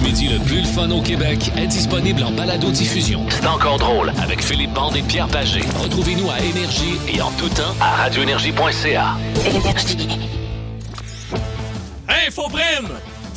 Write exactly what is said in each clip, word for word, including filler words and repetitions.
L'après-midi le plus le fun au Québec est disponible en balado-diffusion. C'est encore drôle avec Philippe Bande et Pierre Pagé. Retrouvez-nous à Énergie et en tout temps à radio énergie point c a. Énergie. Infoprime!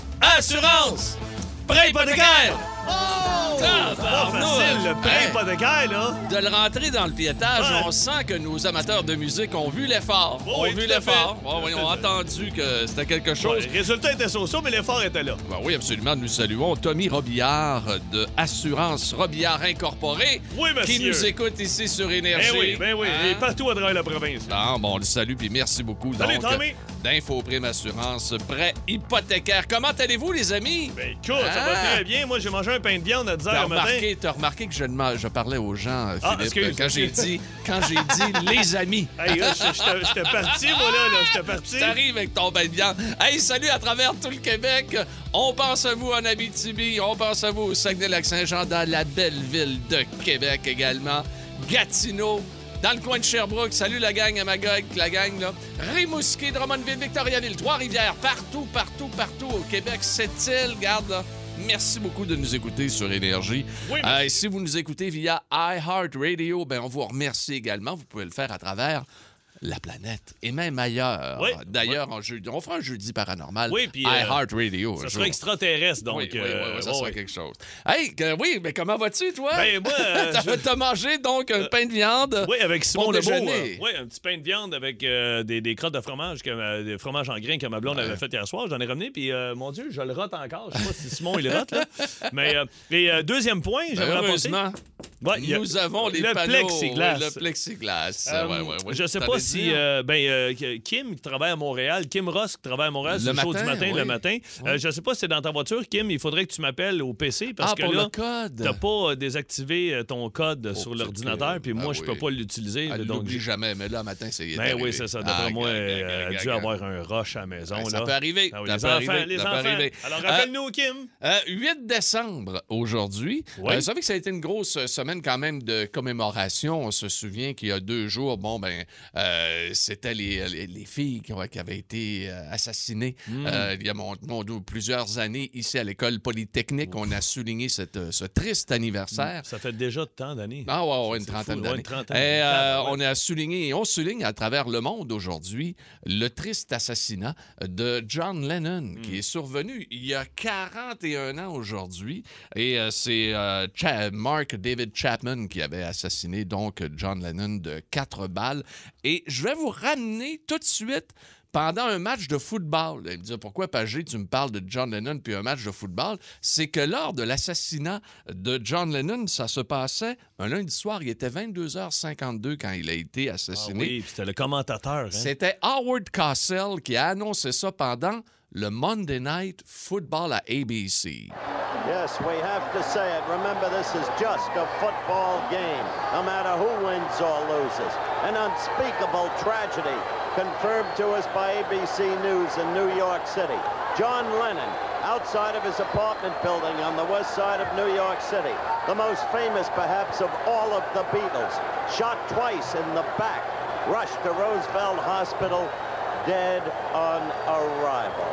Assurance! Prêt hypothécaire! Oh! Ah, C'est pas facile, le prêt hypothécaire, là. De le rentrer dans le piétage, Ouais. on sent que nos amateurs de musique ont vu l'effort. Oui, ont oui, vu tout à l'effort. fait. Bon, oui, ont entendu que c'était quelque chose. Ouais, le résultat était so-so, mais l'effort était là. Ben oui, absolument. Nous saluons Tommy Robillard de Assurance Robillard Incorporée Oui, monsieur. qui nous écoute ici sur Énergie. Ben oui, ben oui. Hein? Et partout à travers la province. Non, bon, on le salue puis merci beaucoup. Salut, donc, Tommy. d'Infoprime Assurance, prêt hypothécaire. Comment allez-vous, les amis? Ben écoute, ça va Ah! très bien. Moi, j'ai mangé un pain de viande à dix heures T'as le matin. remarqué, t'as remarqué que je, demande- je parlais aux gens, euh, Ah, Philippe, excuse, quand j'ai excuse. dit, quand j'ai dit les amis. Hey, là, j'étais- j'étais j'étais parti, moi, là. là J'étais parti. T'arrives avec ton bain de viande. Hey, salut à travers tout le Québec. On pense à vous en Abitibi. On pense à vous au Saguenay-Lac-Saint-Jean, dans la belle ville de Québec également. Gatineau, dans le coin de Sherbrooke. Salut la gang à Magog, la gang, là. Rimouski, Drummondville, Victoriaville, Trois-Rivières, partout, partout, partout au Québec. Cette île, garde, là. Merci beaucoup de nous écouter sur Énergie. Oui, Euh, monsieur. et si vous nous écoutez via iHeartRadio, ben on vous remercie également. Vous pouvez le faire à travers la planète et même ailleurs. Oui, D'ailleurs, en jeudi, on fera un jeudi paranormal. Oui, puis, euh, iHeartRadio. Ça un sera jour. extraterrestre, donc. Oui, oui, oui, euh, oui, ça ouais, sera ouais. quelque chose. Hey, que- oui, mais comment vas-tu, toi? Ben, moi, euh, T'as je- t'as mangé donc un pain de viande? Oui, avec Simon Pour Lebeau. déjeuner. oui, un petit pain de viande avec euh, des, des crottes de fromage, que, euh, des fromages en grains que ma blonde Ouais. avait fait hier soir. J'en ai ramené, puis euh, mon Dieu, je le rote encore. Je sais pas si Simon, il le rote, là. Mais, euh, et euh, deuxième point, Ben, j'aimerais apporter... heureusement, Ouais, il y a- nous avons les le panneaux. plexiglas. Oui, le plexiglas. Euh, Ouais, ouais, ouais. Je sais T'allais pas si dire? euh, ben euh, Kim qui travaille à Montréal, Kim Ross qui travaille à Montréal, Le c'est le show du matin, matin oui. le matin. Euh, je sais pas si c'est dans ta voiture, Kim, il faudrait que tu m'appelles au P C parce Ah, que pour là le code. t'as pas euh, désactivé euh, ton code sur peut-être l'ordinateur, que- puis ben moi je oui. peux pas l'utiliser. Elle donc l'oublie j'ai- jamais, mais là, matin, c'est Ben oui, c'est ça. D'après Ah, moi, gaga, elle gaga, a dû gaga. avoir un rush à la maison. Ben, ça là. peut arriver. Ah oui, Ça les peut enfants, arriver, les ça peut enfants. arriver. Alors, Euh, rappelle-nous, Kim. Euh, huit décembre aujourd'hui. Oui. Euh, vous savez que ça a été une grosse semaine quand même de commémoration. On se souvient qu'il y a deux jours, bon, ben, euh, c'était les, les, les filles qui, ont- qui avaient été euh, assassinées Hmm. euh, il y a mon, mon- plusieurs années ici à l'école Polytechnique. On a souligné cette, euh, ce triste anniversaire. Ça fait déjà tant d'années. Ah ouais, ouais, une C'est trentaine fou, ouais, d'années. une trentaine Et, d'années. euh, Tabarouette. on a souligné, et on souligne à travers le monde aujourd'hui le triste assassinat de John Lennon, qui est survenu il y a quarante et un ans aujourd'hui. Et euh, c'est euh, Cha- Mark David Chapman qui avait assassiné donc John Lennon de quatre balles. Et je vais vous ramener tout de suite pendant un match de football. Il me dit pourquoi, Pagé, tu me parles de John Lennon puis un match de football? C'est que lors de l'assassinat de John Lennon, ça se passait un lundi soir. Il était vingt-deux heures cinquante-deux quand il a été Ah assassiné. oui, puis c'était le commentateur. Hein? C'était Howard Cosell qui a annoncé ça pendant le Monday Night Football à A B C. Yes, we have to say it. Remember, this is just a football game, no matter who wins or loses. An unspeakable tragedy confirmed to us by A B C News in New York City. John Lennon, outside of his apartment building on the west side of New York City, the most famous perhaps of all of the Beatles, shot twice in the back, rushed to Roosevelt Hospital, dead on arrival.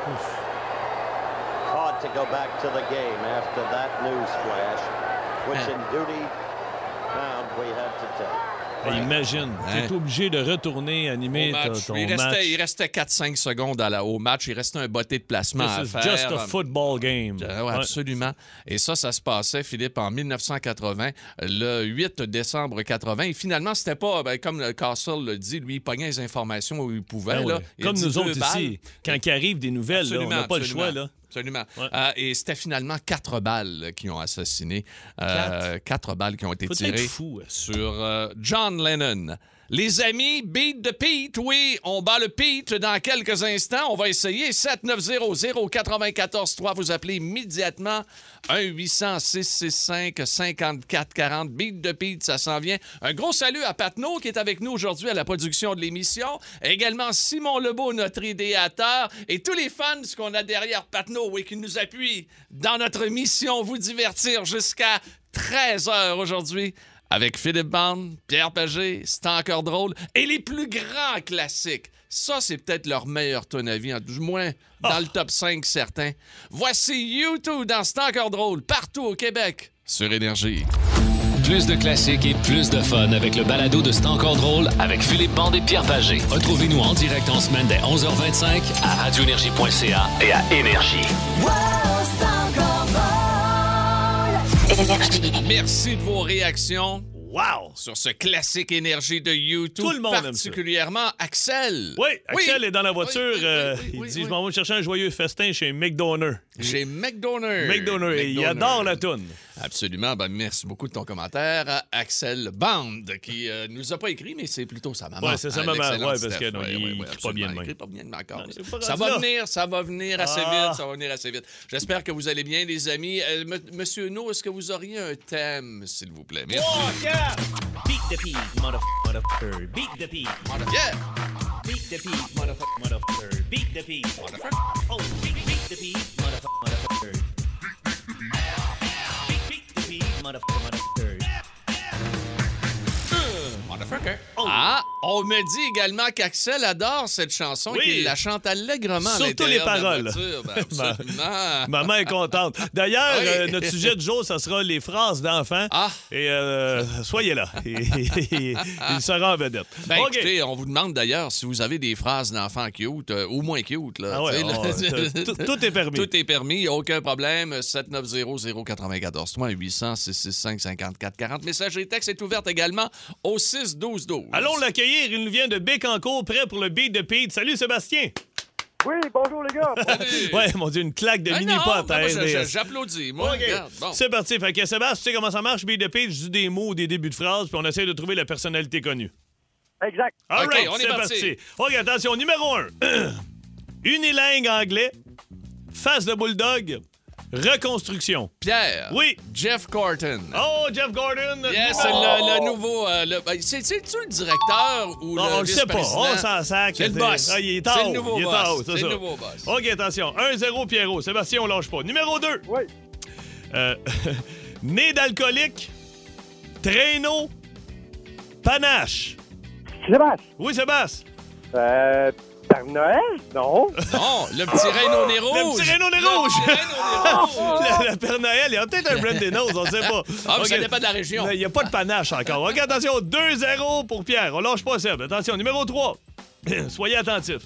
Hard to go back to the game after that news flash, which in duty bound we had to take. Hey, imagine, Hein? t'es obligé de retourner animer Au ta- match. ton il, match. restait, il restait quatre cinq secondes à la- au match. Il restait un botté de placement à This is faire. just a football game. Euh, ouais, Ouais. absolument. Et ça, ça se passait, Philippe, en dix-neuf cent quatre-vingts, le huit décembre quatre-vingts. Et finalement, c'était pas, ben, comme le Castle le dit, lui, il pognait les informations où il pouvait. Ben là. ouais. Il a Comme dit nous deux autres balles. ici, quand il arrive des nouvelles, là, on Absolument, n'a pas absolument. le choix. Là. Absolument. Ouais. Euh, et c'était finalement quatre balles qui ont assassiné. Euh, quatre balles qui ont été Faut tirées être fou. hein. sur euh, John Lennon. Les amis, beat de Pete, oui, on bat le Pete dans quelques instants. On va essayer sept neuf zéro zéro neuf quatre trois. Vous appelez immédiatement un huit cent six six cinq cinquante-quatre quarante. Beat de Pete, ça s'en vient. Un gros salut à Patnaud qui est avec nous aujourd'hui à la production de l'émission. Également Simon Lebeau, notre idéateur. Et tous les fans qu'on a derrière Patnaud, oui, qui nous appuient dans notre mission, vous divertir jusqu'à treize heures aujourd'hui. Avec Philippe Bande, Pierre Pagé, c'est encore drôle. Et les plus grands classiques. Ça, c'est peut-être leur meilleur tune à vie, en du moins dans Oh. le top cinq certains. Voici U deux dans C'est encore drôle, partout au Québec, sur Énergie. Plus de classiques et plus de fun avec le balado de C'est encore drôle avec Philippe Bande et Pierre Pagé. Retrouvez-nous en direct en semaine dès onze heures vingt-cinq à radio énergie point c a et à Énergie. Merci de vos réactions Wow! sur ce classique Énergie de U deux. Tout le monde aime ça. particulièrement Axel. Oui, Axel Oui. est dans la voiture. Oui, oui, oui, euh, oui, il oui, dit oui. Je m'en vais chercher un joyeux festin chez McDonald's. J'ai McDonald's. McDonald's. Et il adore la toune. Absolument. Ben, merci beaucoup de ton commentaire. Axel Band, qui euh, nous a pas écrit, mais c'est plutôt sa maman. Ouais, c'est sa hein, maman. l'excellente Ouais, parce Steph. que non, Ouais, il ouais, ouais, écrit pas absolument. bien de Il même. écrit pas bien de même encore. Non, c'est pas Ça rendu va là. venir, ça va venir assez Ah. vite, ça va venir assez vite. J'espère que vous allez bien, les amis. Euh, M- Monsieur No, est-ce que vous auriez un thème, s'il vous plaît? Merci. Beat the pig, motherfucker, motherfucker. Beat the pig, Yeah! beat the pig, motherfucker, motherfucker. Beat the pig, motherfucker. Oh, beat, beat the pig, motherfucker, motherfucker. Beat, beat the pig, motherfucker, motherfucker. Motherfucker. Ah, on me dit également qu'Axel adore cette chanson Oui. et qu'il la chante allègrement à Surtout l'intérieur les de la paroles. voiture. Ben, absolument. Maman est contente. D'ailleurs, Oui. euh, notre sujet du jour, ça sera les phrases d'enfants. Ah. Et euh, soyez là. Il sera en vedette. Ben, OK. écoutez, on vous demande d'ailleurs si vous avez des phrases d'enfants cute, euh, au moins cute. Là, Ah ouais, tu sais, là. oh, tout- tout est permis. Tout est permis, aucun problème. sept neuf zéro zéro neuf quatre trois huit zéro zéro six six cinq cinquante-quatre quarante. Messagerie texte est ouverte également au six douze douze. Allons l'accueillir. Il nous vient de Bécancour, prêt pour le beat de Pete. Salut, Sébastien. Oui, bonjour les gars. Ouais, mon Dieu, une claque de Ah mini non, pot ben, à moi, je- je- R D S. J'applaudis, moi. OK. Regarde, bon. C'est parti. Fait que Sébastien, tu sais comment ça marche, beat de Pete? Je dis des mots ou des débuts de phrases, puis on essaie de trouver la personnalité connue. Exact. All OK, right, on est c'est parti. parti. OK, attention, numéro un. Unilingue anglais, face de bulldog, reconstruction. Pierre. Oui. Jeff Corton. Oh, Jeff Gordon. Yes, numéro- le, le nouveau. euh, le- ben, c'est- C'est-tu le directeur ou Non, le on le sait pas. vice-président? On s'en sac. C'est le boss. Ah, il est C'est tard. le nouveau il est boss. tard, C'est ça. le nouveau boss. OK, attention. un zéro Pierrot. Sébastien, on lâche pas. Numéro deux. Oui. Euh, Né d'alcoolique, traîneau, panache. Sébastien. Oui, Sébastien. Euh, Père Noël? Non. Non, le petit Reino des Rouges. Le petit Reino des Le Rouges. petit Reino des Rouges. Le, le Père Noël, il y a peut-être un Brandy Nose, on ne sait pas. Ah, mais OK. ça dépend de la région. Il n'y a pas de panache encore. OK, attention, deux zéro pour Pierre. On lâche pas Seb. Attention, numéro trois. Soyez attentifs.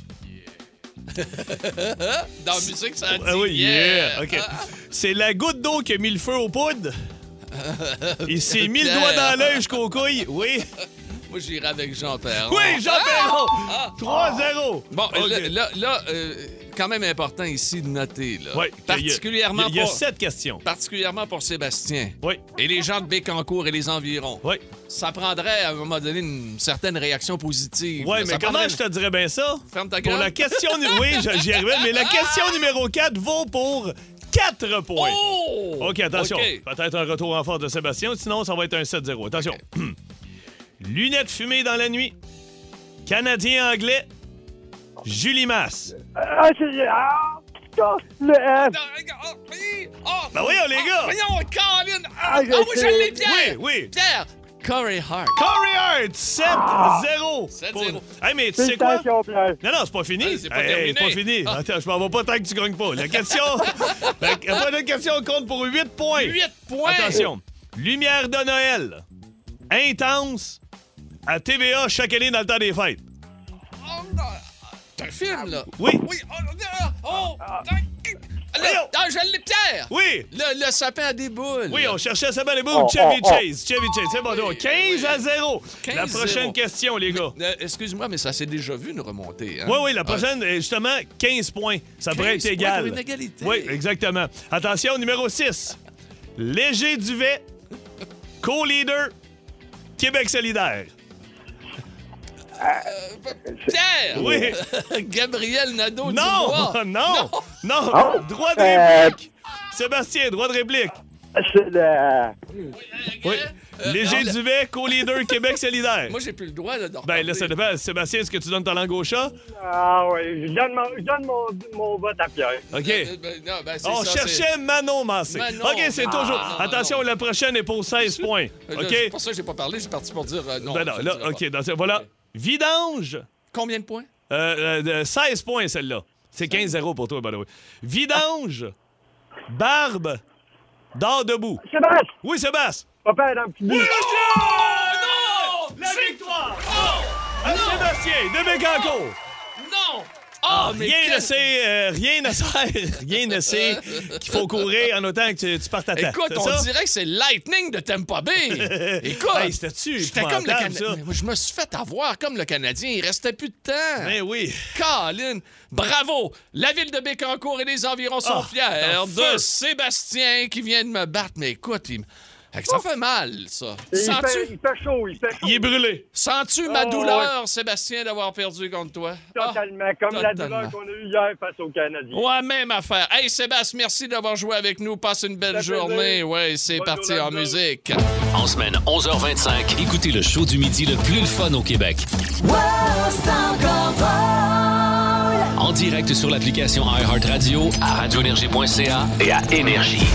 Dans la musique, ça dit Ah oui, yeah. yeah. OK. Ah, C'est la goutte d'eau qui a mis le feu aux poudres. Il s'est mis le Pierre. doigt dans l'œil jusqu'aux couilles. Oui. moi, j'irai avec Jean-Pierre. Oui, Jean Perron. Ah! trois zéro. Bon, OK. là, là, là, euh, quand même important ici de noter, là. Ouais, particulièrement, Il y a, il y a pour, sept questions. particulièrement pour Sébastien Oui. et les gens de Bécancour et les environs. Oui. Ça prendrait, à un moment donné, une certaine réaction positive. Oui, là. mais Ça comment prendrait je te dirais bien ça? une- Ferme ta Pour gueule. la question... nu- Oui, je- j'y arrivais, mais la question numéro quatre vaut pour quatre points. Oh! OK, attention. OK. Peut-être un retour en force de Sébastien, sinon ça va être un sept zéro. Attention. Lunettes fumées dans la nuit. Canadien-anglais. Julie Masse. Ah, c'est... Ah, putain, le... euh, Non, regarde, oh, oui, oh, Ben voyons, les oh, gars. Voyons, Colin! Ah, Ah, ah, je oui, je sais. l'ai, Pierre! Oui, oui. Pierre! Corey Hart. Corey Hart, sept zéro. sept Pour- zéro. Hey, mais tu sais quoi? Félicitations, Pierre. Non, non, c'est pas fini. Hey, c'est pas Hey, terminé. c'est pas fini. Ah. Attends, je m'en vais pas tant que tu gagnes pas. La question... la, la première question compte pour huit points. huit points! Attention. Lumière de Noël. Intense. À T V A chaque année dans le temps des fêtes. Oh, non. C'est un film, là. Oui. Oui. Oh, oh, oh. Voyons. Là, ah, je l'ai, Pierre! Oui. Le, le sapin à des boules. Oui, on cherchait ça les boules. Oh, Chevy oh, oh. Chase. Chevy Chase. C'est bon. donc, quinze à zéro. quinze La zéro. prochaine question, les gars. Euh, Excuse-moi, mais ça s'est déjà vu une remontée. Hein? Oui, oui, la prochaine, euh, justement, quinze points. Ça pourrait être quinze points égal. pour une égalité. Oui, exactement. Attention, numéro six. Léger Duvet, co-leader, Québec solidaire. Pierre! Oui. Gabriel Nadeau Non, Dubois. non, non, Ah. droit de Euh, réplique. Sébastien, droit de réplique. C'est le... Oui. Euh, Léger non, le- Duvet, co-leader, Québec solidaire. Moi, j'ai plus le droit là, de Ben là, ça reparler. dépend. Sébastien, est-ce que tu donnes ta langue au chat? Ah oui, je donne mon, je donne mon, mon vote à Pierre. OK. Euh, ben, non, ben, c'est On ça, cherchait Manon Massé. Manon. OK, c'est Ah, toujours... non, non, Attention, non. la prochaine est pour seize points. c'est- OK? C'est pour ça que j'ai pas parlé. J'ai parti pour dire euh, non. Ben non, je là, le dirai OK. pas. dans ce- voilà. Vidange. Combien de points? Euh, euh, seize points, celle-là. C'est quinze zéro pour toi, by the way. Vidange, barbe, dors debout. Sébastien! Oui, Sébastien. Papa, dans le petit bout. Non! La victoire! Oh! À Sébastien de Bécancour. Non! Ah, Oh, mais rien, quel- ne sait, euh, rien ne sert, rien ne sait qu'il faut courir en autant que tu, tu partes à temps. Écoute, c'est on ça? dirait que c'est le Lightning de Tampa Bay. Écoute, Hey, c'était-tu j'étais comme le épouvantable, ça? Canadien. Je me suis fait avoir comme le Canadien. Il restait plus de temps. Ben oui. Colin, bravo! La ville de Bécancour et les environs sont Ah, fiers en de feu. Sébastien qui vient de me battre. Mais écoute, il... ça fait mal, ça. Il fait, Sens-tu, il fait chaud, il fait chaud. Il est brûlé. sens-tu ma Oh, douleur, Sébastien, d'avoir perdu contre toi? Ah, Totalement, comme la totalement. douleur qu'on a eue hier face aux Canadiens. ouais, même affaire. Hey, Sébastien, merci d'avoir joué avec nous. Passe une belle Ça fait journée. plaisir. Ouais, c'est Bonne parti journée à en vous. musique. En semaine onze heures vingt-cinq, écoutez le show du midi le plus le fun au Québec. En direct sur l'application iHeartRadio, à radio énergie point c a et à Énergie.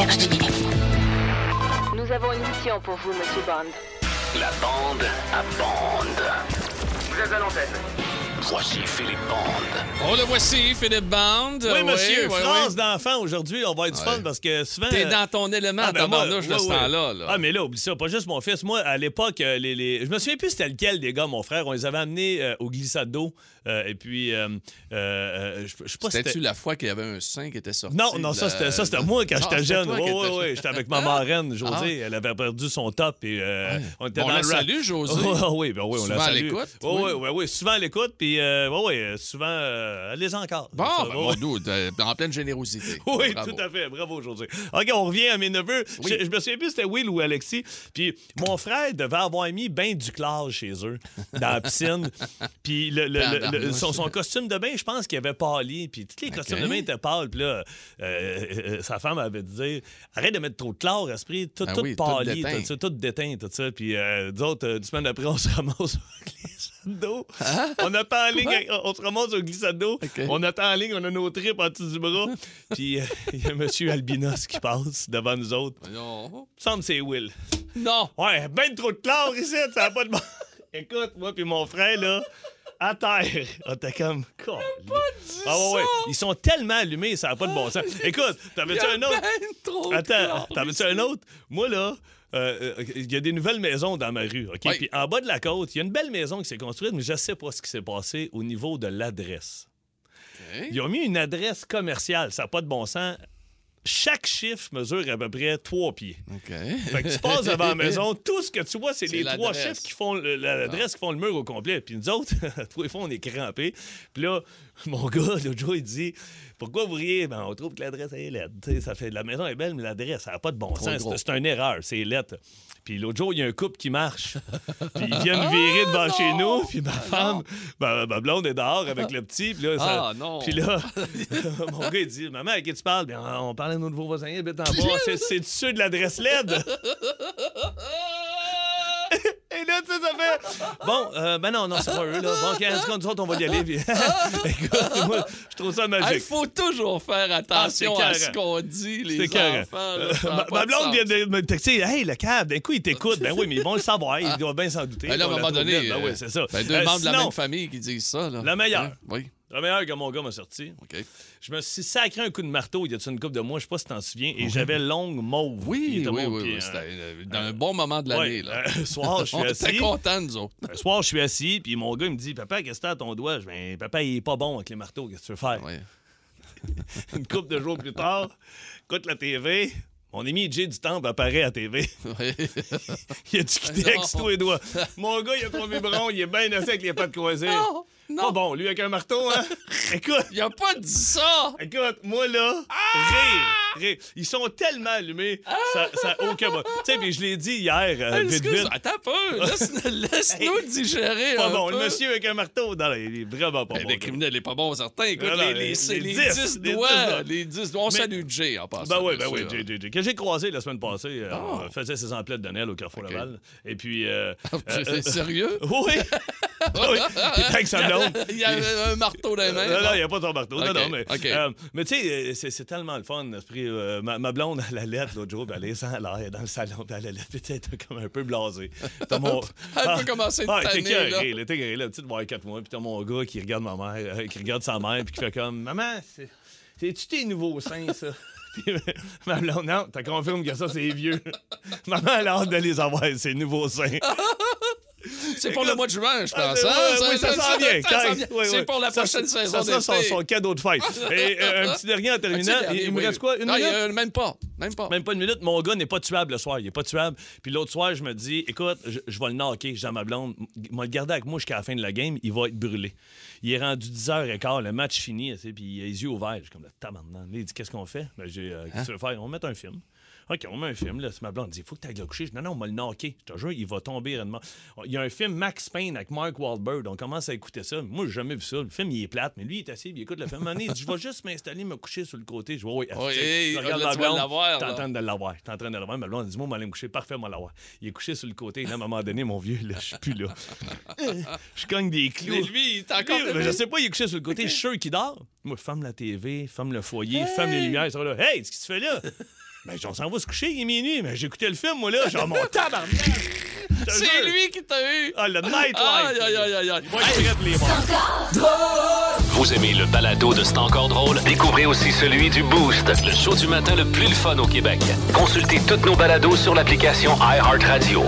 Nous avons une mission pour vous, Monsieur Bond. La bande à bande. Vous êtes à l'antenne. Voici Philippe Bande. Oh, le voici, Philippe Band. Oui, monsieur. oui, Phrase oui. d'enfant aujourd'hui, on va être du fun Ouais. parce que souvent. T'es euh, dans ton élément, Ah, ben moi, tabarnouche, de ouais, ce ouais. temps-là. Là. Ah, mais là, oublie ça. Pas juste mon fils. Moi, à l'époque, euh, les, les... je me souviens plus c'était lequel des gars, mon frère. On les avait amenés euh, au glissade d'eau. Euh, et puis, euh, euh, euh, je je sais pas si C'était-tu c'était. la fois qu'il y avait un sein qui était sorti? Non, non, de ça, la- c'était, ça, c'était moi quand Ah, j'étais c'était jeune. toi Oui, qui oui, étais- oui. J'étais avec ma marraine, Josée. Ah. Elle avait perdu son top. Et, euh, Ouais. on était Bon, dans on la le rap. salue, Josée. Oh, oui, ben oui, on Souvent la à salue. l'écoute, Oui, oui. oui, oui, oui, souvent à l'écoute. Puis, euh, oui, oui, souvent, euh, elle les a encore. Bon, Ça ben, va. mon doute, euh, en pleine générosité. Oui, Bravo. tout à fait. Bravo, José. OK, on revient à mes neveux. Oui. Je, je me souviens plus si c'était Will ou Alexis. Puis mon frère devait avoir mis ben du classe chez eux, dans la piscine. Puis le, le- le- le- Tabarnouche. son, son costume de bain, je pense qu'il avait pâli. Puis tous les OK. costumes de bain étaient pâles. Puis là, euh, euh, sa femme avait dit arrête de mettre trop de clair, esprit. Tout, Ah tout oui, tout pâli, déteint. tout, ça, tout déteint, tout ça. Puis euh, nous autres, euh, une semaine après, on se ramasse au glissade d'eau. On attend en ligne, on se ramasse au glissade d'eau. Hein? OK. On attend en ligne, on a nos tripes en dessous du bras. Puis euh, il y a M. Albinos qui passe devant nous autres. Non. Il me semble que c'est Will. Non. Ouais, ben trop de clair ici, ça n'a pas de bon. Écoute, moi puis mon frère, là, à terre, on était comme. Pas dit ah ouais, ouais. Ils sont tellement allumés, ça n'a pas de bon sens. Écoute, t'avais-tu un autre? Ben trop de Attends, clair. t'avais-tu un autre? Moi, là, euh, euh, il y a des nouvelles maisons dans ma rue, OK? Oui. Puis en bas de la côte, il y a une belle maison qui s'est construite, mais je sais pas ce qui s'est passé au niveau de l'adresse. OK. Ils ont mis une adresse commerciale, ça n'a pas de bon sens. Chaque chiffre mesure à peu près trois pieds. OK. Fait que tu passes devant la maison, tout ce que tu vois, c'est C'est les trois l'adresse. chiffres qui font le- l'adresse, qui font le mur au complet. Puis nous autres, à tous les fois, on est crampés. Puis là, mon gars, l'autre jour, il dit pourquoi vous riez? Ben, on trouve que l'adresse est laide. Tu sais, ça fait, la maison est belle, mais l'adresse, ça n'a pas de bon Trop sens. gros. C'est, c'est une erreur, c'est lettre. Puis l'autre jour, il y a un couple qui marche. Puis ils viennent virer devant non! chez nous. Puis ma Ah, femme, non. ma, ma blonde est dehors avec le petit. Puis là, ça- Ah, non. Puis là, mon gars, il dit maman, à qui tu parles? Bien, on parlait de nos nouveaux voisins, ils habitent en bas. C'est, c'est ceux de l'adresse LED. Et là, tu sais, ça fait. Bon, euh, ben non, non, c'est pas eux, là. Bon, OK, en tout cas, nous autres, on va y aller. Puis... Écoute, moi, je trouve ça Il magique. faut toujours faire attention Ah, à c'est ce qu'on dit, les C'est carré. enfants. là, Euh, ça a ma, pas ma de blonde sens. vient de me texter Hey, le cab, d'un coup, il t'écoute. Ben oui, mais ils vont le savoir. Ils doivent bien s'en douter. Ben là, à un On la moment trouve donné, belle. Ben euh, oui, c'est ça. ben, deux Euh, membres de la sinon, même famille qui disent ça. Là. La meilleure. Hein? Oui, La meilleure que mon gars m'a sorti. OK. Je me suis sacré un coup de marteau il y a une couple de mois, je sais pas si t'en souviens, et j'avais longue mauve. Il Oui, était oui, mauve, oui. puis, oui, euh, C'était euh, dans un bon moment de ouais, l'année. là. euh, soir, je suis On était assis. contents, nous autres. Un soir, je suis assis, puis mon gars, il me dit Papa, qu'est-ce que t'as à ton doigt? Je dis Ben, papa, il est pas bon avec les marteaux, qu'est-ce que tu veux faire? Ouais. Une couple de jours plus tard, écoute la T V. Mon ami Jay du Temple apparaît à la T V. Ouais. Il a discuté Non. avec tous les doigts. Mon gars, il a trouvé bron, il est bien assis avec les pattes croisées. Non, non. Pas bon, lui avec un marteau, hein? Écoute, Il a pas dit ça! écoute, moi là, rire, rire. Ils sont tellement allumés, ça ça a aucun bon. Tu sais, puis je l'ai dit hier, euh, vite, Excuse, vite. attends un peu. Laisse- Laisse-nous digérer Pas un bon, peu. le monsieur avec un marteau, non, il est vraiment pas Ben, bon. le criminel n'est pas bon, certain. Écoute, Non, non, les, les, les- c'est les les dix, dix les doigts. dix, Les dix doigts. On Mais- salue Jay en passant. Ben oui, bien ben oui, sûr. Jay, Jay, Jay, que j'ai croisé la semaine passée. euh, Ah. On faisait ses emplettes de Noël au Carrefour OK. Laval. Et puis... euh, C'est sérieux? oui! oui, il était avec sa blonde. Il y avait un marteau dans les mains. Non, non, il n'y a pas ton marteau. Okay, Non, non, mais, okay. euh, mais tu sais, c'est, c'est tellement le fun. Euh, ma, ma blonde, elle allait l'autre jour, puis elle est sans l'air dans le salon, puis elle allait, puis tu sais, t'es comme un peu blasé. T'as mon... Elle ah, peut commencer de ah, tanner, t'es carré, là. là. T'es carré, là, petite voix quatre mois, puis t'as mon gars qui regarde ma mère, euh, qui regarde sa mère, puis qui fait comme, maman, c'est... c'est-tu tes nouveaux seins, ça? Puis, ma blonde, non, t'as confirmé que ça, c'est vieux. Maman, elle a hâte de les avoir, ces nouveaux seins. C'est pour le mois de juin, je pense. Ah, hein? oui, oui, ça, ça s'en vient. ça s'en vient. Oui, C'est oui. pour la Ça, prochaine ça, saison ça, ça, d'été. son, son cadeau de fête. Et euh, un petit dernier en terminant. Un petit dernier, il me oui. reste quoi? Une Non, minute? il y a- même pas. Même pas. Même pas une minute. Mon gars n'est pas tuable le soir. Il est pas tuable. Puis l'autre soir, je me dis, écoute, je, je vais le knocker. J'ai ma blonde. Je vais le garder avec moi jusqu'à la fin de la game. Il va être brûlé. Il est rendu dix heures quinze. Le match fini. Tu sais, puis il a les yeux ouverts. Je suis comme, tabarnak. Il dit, qu'est-ce qu'on fait? Ben, j'ai, euh, qu'est-ce que tu veux faire? On va mettre un film. OK, on met un film. Là, c'est ma blonde. Elle dit, il faut que tu ailles le coucher. Je dis, non, non, on va le knocker. Je te jure, il va tomber réellement. Il y a un film Max Payne avec Mark Wahlberg. On commence à écouter ça. Moi, j'ai jamais vu ça. Le film, il est plate, mais lui, il est assis, il écoute le film. Il dit, je vais juste m'installer, me coucher sur le côté. Je vois, oui, Oui, je regarde là, ma tu vas blonde. l'avoir, T'es en là. train de l'avoir. T'es en train de l'avoir. Ma blonde dit, moi, on va aller me coucher. Parfait, moi, l'avoir. Il est couché sur le côté. Là, à un moment donné, mon vieux, là, je suis plus là. Je cogne des clous. Mais lui, il est encore. Lui, mais je sais pas, il est couché sur le côté. Je suis sûr qu'il dort. Moi, ferme la T V, ferme le foyer, ferme les lumières. Ils sont là. Hey, qu'est-ce que tu fais là? Ben, on s'en va se coucher, il est minuit. Mais j'écoutais le film, moi, là. Genre, mon tabarnak. Je te C'est jure. lui qui t'a eu. Ah, le nightlife. Aïe, aïe, aïe, aïe, aïe. Il va être prêt, les morts. Vous aimez le balado de C'est encore drôle? Découvrez aussi celui du Boost, le show du matin le plus le fun au Québec. Consultez toutes nos balados sur l'application iHeartRadio.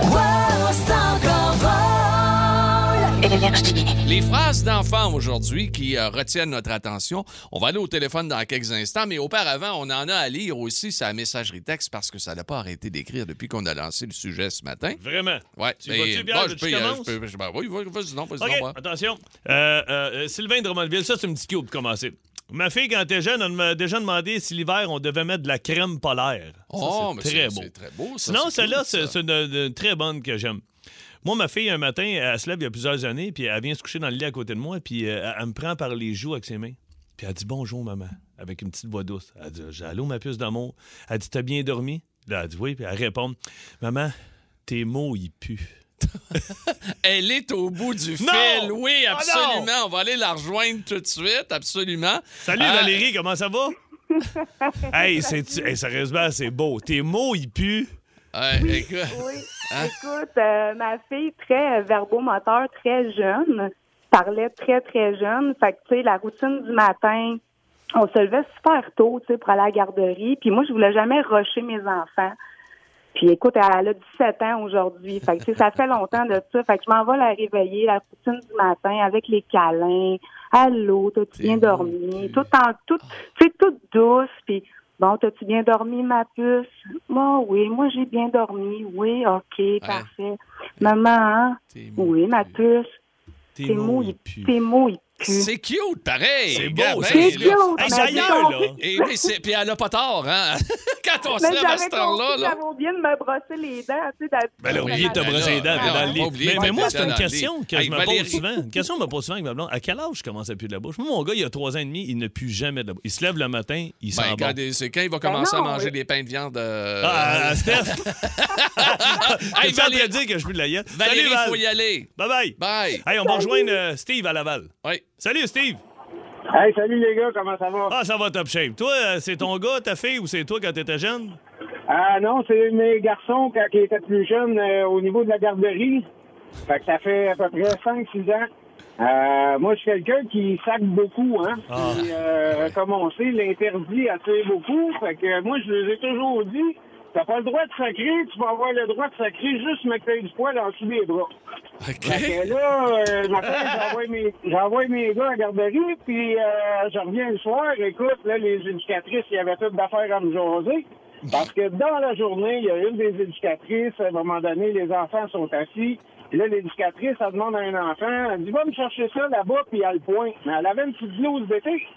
Les phrases d'enfants aujourd'hui qui euh, retiennent notre attention. On va aller au téléphone dans quelques instants, mais auparavant, on en a à lire aussi sa messagerie texte parce que ça n'a pas arrêté d'écrire depuis qu'on a lancé le sujet ce matin. Vraiment? Ouais. Tu vas-tu, Pierre? je Tu peux, euh, commences? je peux- je- ben oui, vas- vas-y, non, vas-y, OK, non, ouais. attention. Euh, euh, Sylvain de Drummondville, ça, c'est une petite cube pour commencer. Ma fille, quand elle était jeune, elle m'a déjà demandé si l'hiver, on devait mettre de la crème polaire. Ça, Oh, mais c'est très beau. C'est très beau, ça. Sinon, c'est celle-là, cool, c'est ça. c'est une, une très bonne que j'aime. Moi, ma fille, un matin, elle se lève il y a plusieurs années, puis elle vient se coucher dans le lit à côté de moi, puis euh, elle me prend par les joues avec ses mains. Puis elle dit « Bonjour, maman », avec une petite voix douce. Elle dit « Allô, ma puce d'amour ». Elle dit « T'as bien dormi ?» Là, elle dit « Oui », puis elle répond « Maman, tes mots, ils puent. » Elle est au bout du Non! fil. Oui, Ah, absolument. non! On va aller la rejoindre tout de suite. Absolument. Salut, Euh, Valérie, comment ça va? Hey, c'est, hey, sérieusement, c'est beau. Tes mots, ils puent. ouais, écoute. Oui. Hein? Écoute, euh, ma fille, très euh, verbomoteur, très jeune, parlait très, très jeune. Fait que, tu sais, la routine du matin, on se levait super tôt, tu sais, pour aller à la garderie. Puis moi, je voulais jamais rusher mes enfants. Puis écoute, elle a dix-sept ans aujourd'hui. Fait que, tu sais, ça fait longtemps de ça. Fait que je m'en vais la réveiller, la routine du matin, avec les câlins. Allô, t'as-tu bien dormi? Tout en, tout, tu sais, toute douce. Puis, bon, t'as-tu bien dormi, ma puce? Moi, oui, moi, j'ai bien dormi. Oui, OK, parfait. Maman, hein? Tes mots, Oui, ma puce. Tes, Tes mots, ils puent. Tes mots, ils puent. C'est cute, pareil. C'est Gars, beau, ben, c'est C'est là. cute. Hey, c'est mais ailleurs, j'ai là. compris- Et, mais c'est- puis elle a pas tort, hein? Quand on se Mais lève à j'avais cette heure-là, compris que là. j'avais oublié de me brosser les dents, tu sais, d'habitude. Ben, elle a oublié de te Ben brosser là, les dents, ben t'es non, dans le lit. pas oublié Mais, de mais te moi, brosser c'est une dans le question lit. que Hey, je me Valérie. pose souvent. Une question que je me pose souvent avec ma blonde. À quel âge je commence à puer de la bouche? Moi, mon gars, il a trois ans et demi, il ne pue jamais de la bouche. Il se lève le matin, il Ben, sent quand, bon. c'est quand il va commencer non, à manger oui. des pains de viande. euh, Ah, ah, Steph! Hey, T'es en train Valérie, de dire que je pue de la gueule? Valérie, Salut, il Val! faut y aller. Bye-bye! Bye. Hey, on va rejoindre euh, Steve à Laval. Oui. Salut, Steve! Hey, salut les gars, comment ça va? Ah, ça va top shape. Toi, euh, c'est ton gars, ta fille, ou c'est toi quand t'étais jeune? Ah non, c'est mes garçons quand ils étaient plus jeunes euh, au niveau de la garderie. Fait que ça fait à peu près cinq six ans. Euh, moi, je suis quelqu'un qui sac beaucoup, hein. Ah. Puis, euh, comme on sait, l'interdit attire beaucoup. Fait que moi, je les ai toujours dit, t'as pas le droit de sacrer, tu vas avoir le droit de sacrer juste mais que t'aies du poil en dessous des bras. OK. Fait que là, euh, le matin, j'envoie mes, j'envoie mes gars à la garderie, puis euh, je reviens le soir. Écoute, là, les éducatrices, il y avait toutes d'affaires à me jaser. Parce que dans la journée, il y a une des éducatrices, à un moment donné, les enfants sont assis. Et là, l'éducatrice, elle demande à un enfant, elle dit, va me chercher ça là-bas, puis elle le pointe. Mais elle avait une petite blouse d'été.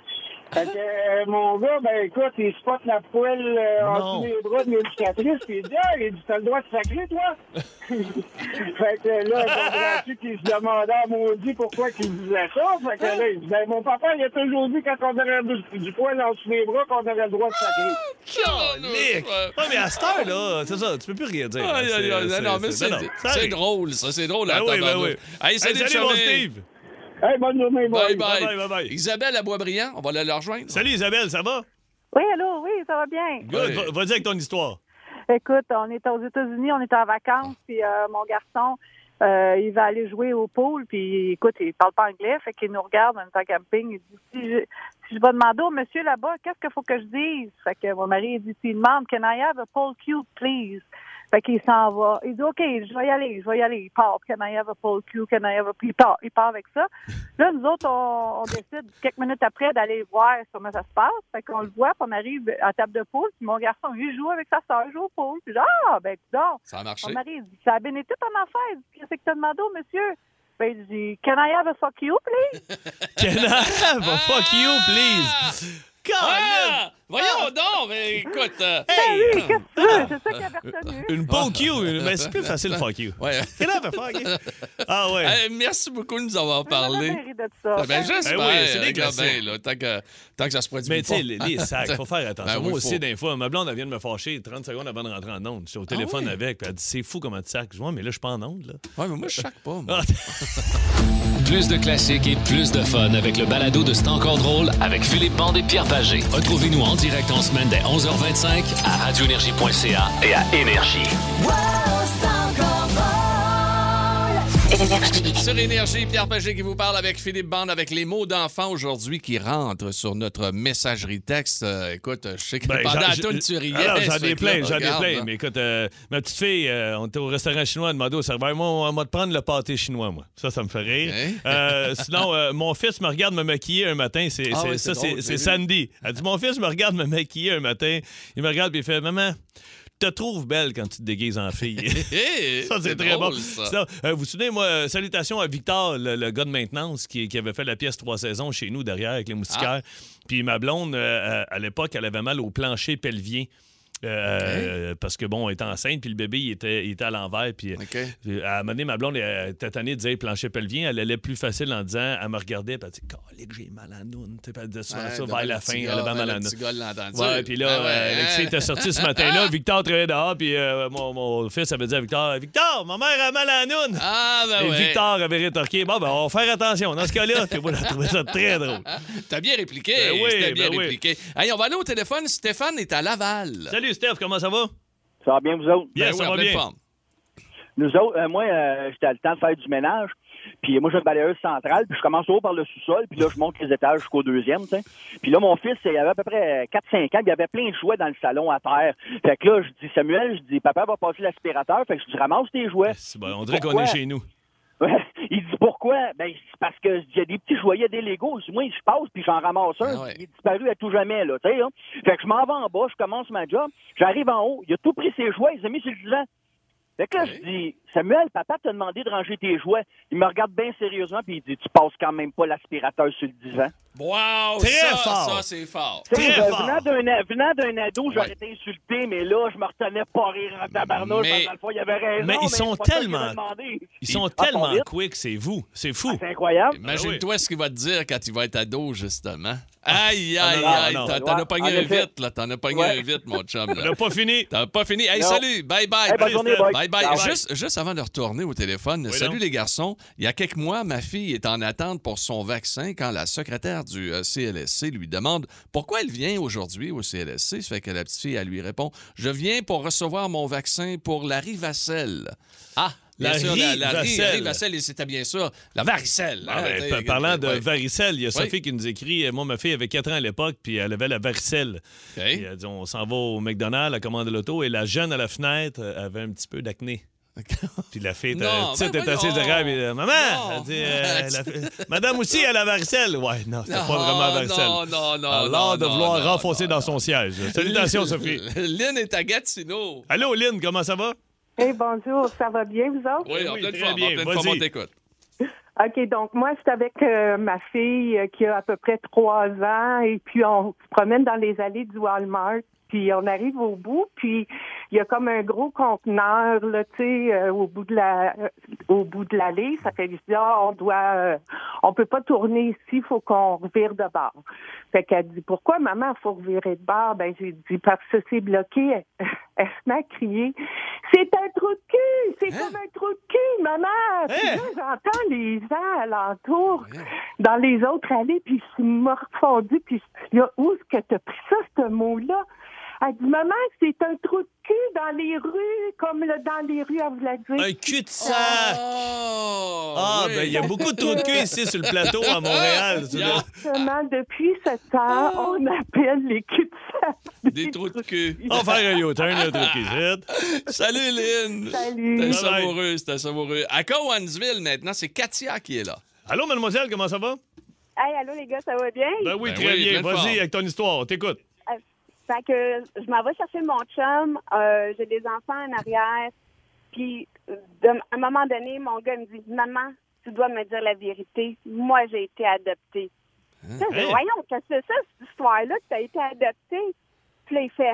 Fait que euh, mon gars, ben écoute, il spotte la poêle euh, en dessous des bras de l'éducatrice, puis il dit, ah, il dit, t'as le droit de sacrer, toi? Fait que là, comprends-tu qu'il se demandait à maudit pourquoi qu'il disait ça? Fait que là, il dit, ben mon papa, il a toujours dit quand on aurait du, du poêle en dessous des bras qu'on aurait le droit de sacrer. Calique! Ouais, mais à cette heure-là, c'est ça, tu peux plus rien dire. Ah, hein, aïe, aïe, c'est- non, c'est- mais c'est- c'est non, ça c'est arrive. drôle, ça, c'est drôle. Ben à oui, ben tabarnak. oui. Hey, salut, Hey, salut, mon Charlie. Steve! Hey, bonne journée, Bye, boys. bye. Bye, bye, bye. Isabelle à Boisbriand, on va aller la rejoindre. Salut Isabelle, ça va? Oui, allô, oui, ça va bien. Good. Oui. Va- Vas-y avec ton histoire. Écoute, on est aux États-Unis, on est en vacances, puis euh, mon garçon, euh, il va aller jouer au pool, puis écoute, il parle pas anglais, fait qu'il nous regarde, on est en camping, il dit, si je, si je vais demander au monsieur là-bas, qu'est-ce qu'il faut que je dise? Fait que mon mari, il dit, tu lui demandes, can I have a pool cue, please? Fait qu'il s'en va. Il dit, OK, je vais y aller, je vais y aller. Il part. Can I have a pool cue? Can I have a... Il part, il part avec ça. Là, nous autres, on, on décide quelques minutes après d'aller voir comment ça se passe. Fait qu'on le voit, puis on arrive à la table de pool, puis mon garçon, il joue avec sa soeur, il joue au pool. Puis ah, ben, donc. Ça a marché. Mon mari, il dit, ça a bien été ton affaire. Il dit, qu'est-ce que t'as demandé au monsieur? Ben, il dit, can I have a fuck you, please? Can I have a fuck you, please? Ah! Voyons donc, mais écoute. euh, Ben oui, qu'est-ce que tu veux? C'est ça qu'il avait retenu. Une poke you, mais c'est plus facile fuck you. Ouais. Can I have a fuck you? Ah ouais. Hey, merci beaucoup de nous avoir parlé. J'en ai ri de ça. Ben, j'espère. Ben oui, c'est des regarde classiques. bien, là, tant, que, tant que ça se produit Mais pas. tu sais, les, les sacs, faut faire attention. Ben oui, Moi aussi, faut. des fois, ma blonde, elle vient de me fâcher trente secondes avant de rentrer en onde. J'étais au téléphone oui? avec, puis elle dit, c'est fou comment tu sacs. Je dis, ouais, mais là, je suis pas en onde, là. Ouais, mais moi, je chaque pas, moi. Ah, Plus de classiques et plus de fun avec le balado de C'est encore drôle avec Philippe Bande et Pierre Pagé. Retrouvez-nous en direct en semaine dès onze heures vingt-cinq à radioénergie point c a et à Énergie. Sur Énergie, Pierre Pagé qui vous parle avec Philippe Bande avec les mots d'enfant aujourd'hui qui rentrent sur notre messagerie texte. Euh, écoute, je sais que Ben, pendant j'en- la toune, tu riais. Alors, j'en ça fait ai que plein, là, j'en ai regarde, plein. là. Mais écoute, euh, ma petite fille, euh, on était au restaurant chinois, elle a demandé au serveur, moi, on va te prendre le pâté chinois, moi. Ça, ça me fait rire. Okay. Euh, sinon, euh, mon fils me regarde me maquiller un matin. C'est, Ah c'est- oui, ça, c'est c'est, drôle, c'est j'ai Sandy. Elle dit, mon fils me regarde me maquiller un matin. Il me regarde et il fait, maman, te trouves belle quand tu te déguises en fille. Hey, Ça, c'est très drôle, bon. ça. Ça, euh, vous vous souvenez, moi, euh, salutations à Victor, le, le gars de maintenance qui, qui avait fait la pièce Trois saisons chez nous derrière avec les moustiquaires. Puis ma blonde, euh, à l'époque, elle avait mal au plancher pelvien. Euh, parce que bon, elle était enceinte, puis le bébé il était, il était à l'envers. Puis OK. puis, à un moment donné, ma blonde elle était tannée de dire plancher pelvien. Elle allait plus facile en disant, elle me regardait, puis elle dit, calique, j'ai mal à la noune. Tu sais, puis elle disait souvent Ouais, ça devant vers le la petit fin, gars, elle avait mal à le la noune. petit gars l'a entendu. Ouais, puis là, Ah ouais, euh, Alexis hein? était sorti ce matin-là. Victor travaillait dehors, puis euh, mon, mon fils avait dit à Victor, Victor, ma mère a mal à la noune. Ah, ben Et ouais. Victor avait rétorqué, bon, ben, on va faire attention. Dans ce cas-là, puis moi, j'ai trouvé ça très drôle. T'as bien répliqué. Ben oui, C'était bien ben oui. répliqué. Hey, on va aller au téléphone. Stéphane est à Laval. Salut, Steph, comment ça va? Ça va bien, vous autres? Yes, Ben oui, ça en va pleine bien. forme. Nous autres, euh, moi, euh, j'étais à le temps de faire du ménage. Puis moi, j'ai une balayeuse centrale, puis je commence haut par le sous-sol, puis là, je monte les étages jusqu'au deuxième, tu sais. Puis là, mon fils, il avait à peu près quatre cinq ans, puis il y avait plein de jouets dans le salon à terre. Fait que là, je dis, Samuel, je dis, papa va passer l'aspirateur. Fait que je dis, ramasse tes jouets. C'est bon, on dirait qu'on Pourquoi? est chez nous. Ouais. Il dit pourquoi? Ben, c'est parce que il y a des petits jouets, il y a des Legos. Moi, je passe puis j'en ramasse un. Ah ouais. Il est disparu à tout jamais, là, tu sais, hein. Fait que je m'en vais en bas, je commence ma job. J'arrive en haut, il a tout pris ses jouets, il les a mis sur le divan. Fait que là, je dis, Samuel, papa t'a demandé de ranger tes jouets. Il me regarde bien sérieusement puis il dit, tu passes quand même pas l'aspirateur sur le divan. Wow! Très ça, fort. Ça, c'est fort. Tu sais, Très euh, fort. venant d'un, venant d'un ado, j'aurais Ouais. été insulté, mais là, je me retenais pas rire en tabarnouche. Mais- parce que Dans le fond, il avait raison. Mais ils sont c'est pas ça qu'il tellement- avait demandé. Ils sont Ah, tellement sont vite. quick, c'est vous. C'est fou. Ah, c'est incroyable. Imagine-toi ce qu'il va te dire quand il va être ado, justement. Aïe, Ah, aïe, non, aïe. non, T'en, non. t'en as Ouais, pogné en un effet. vite, là. T'en as pogné Ouais. un vite, mon chum. On Là. n'a pas fini. T'as pas fini. Hey, Non. salut. Bye, bye. Hey, bonne journée, boys. Bye bye. Bye. Juste, juste avant de retourner au téléphone, salut donc. les garçons. Il y a quelques mois, ma fille est en attente pour son vaccin quand la secrétaire du euh, C L S C lui demande pourquoi elle vient aujourd'hui au C L S C. Ça fait que la petite fille, elle lui répond Je viens pour recevoir mon vaccin pour la rivacelle. Ah, bien La sûr, la, la ri- rivacelle. rivacelle, et c'était bien sûr la varicelle. Ah, hein, ben, t'sais, pa- parlant de ouais. varicelle, il y a Sophie Oui. qui nous écrit, euh, moi, ma fille avait quatre ans à l'époque, puis elle avait la varicelle. OK. Puis elle dit, on s'en va au McDonald's, elle commande l'auto, et la jeune à la fenêtre euh, avait un petit peu d'acné. Puis la fille était Non, petite, ben était assise voyons. derrière, et euh, maman, Non. elle dit, euh, la fi- madame aussi, elle a la varicelle. Ouais, non, c'était pas vraiment la varicelle. Non, non, non. Alors non, de non, vouloir non, renfoncer non, dans non. son siège. Salutations, Sophie. Lynn est à Gatineau. Allô, Lynn, comment ça va? Hey, bonjour, ça va bien, vous autres? Oui, en Oui, pleine très forme, bien. en pleine Vas-y. forme, on t'écoute. OK, donc moi, c'est avec euh, ma fille euh, qui a à peu près trois ans et puis on se promène dans les allées du Walmart. Puis on arrive au bout, puis il y a comme un gros conteneur, là, tu sais, euh, au bout de la, euh, au bout de l'allée. Ça fait que je dis, ah, on doit, euh, on peut pas tourner ici, il faut qu'on revire de bord. Fait qu'elle dit, pourquoi, maman, il faut revirer de bord? Ben, j'ai dit, parce que c'est bloqué. Elle, elle se met à crier, c'est un trou de cul! C'est hein? Comme un trou de cul, maman! Hein? Puis là, j'entends les gens alentour, hein? Dans les autres allées, puis je suis morfondue, puis je dis, là, où est-ce que t'as pris ça, ce mot-là? Elle dit, maman, c'est un trou de cul dans les rues, comme le dans les rues, elle voulait dire. Un cul-de-sac! Oh, ah, oui. Ben, il y a beaucoup de trous de cul ici sur le plateau à Montréal. Exactement, depuis ce temps, oh. on appelle les cul-de-sac. Des, des trous de cul. On va faire un U-turn, un trou de cul. Salut, Lynn. Salut. C'était savoureux, c'était savoureux. À Cowansville, maintenant, c'est Katia qui est là. Allô, mademoiselle, comment ça va? Hey, allô, les gars, ça va bien? Ben oui, ben très oui, bien. Vas-y, avec ton histoire, on t'écoute. Fait que je m'en vais chercher mon chum, euh, j'ai des enfants en arrière, puis de, à un moment donné, mon gars me dit « Maman, tu dois me dire la vérité. Moi, j'ai été adoptée. Hein? » Je dis « Voyons, qu'est-ce que c'est ça, cette histoire-là, que tu as été adoptée? » Puis là, il fait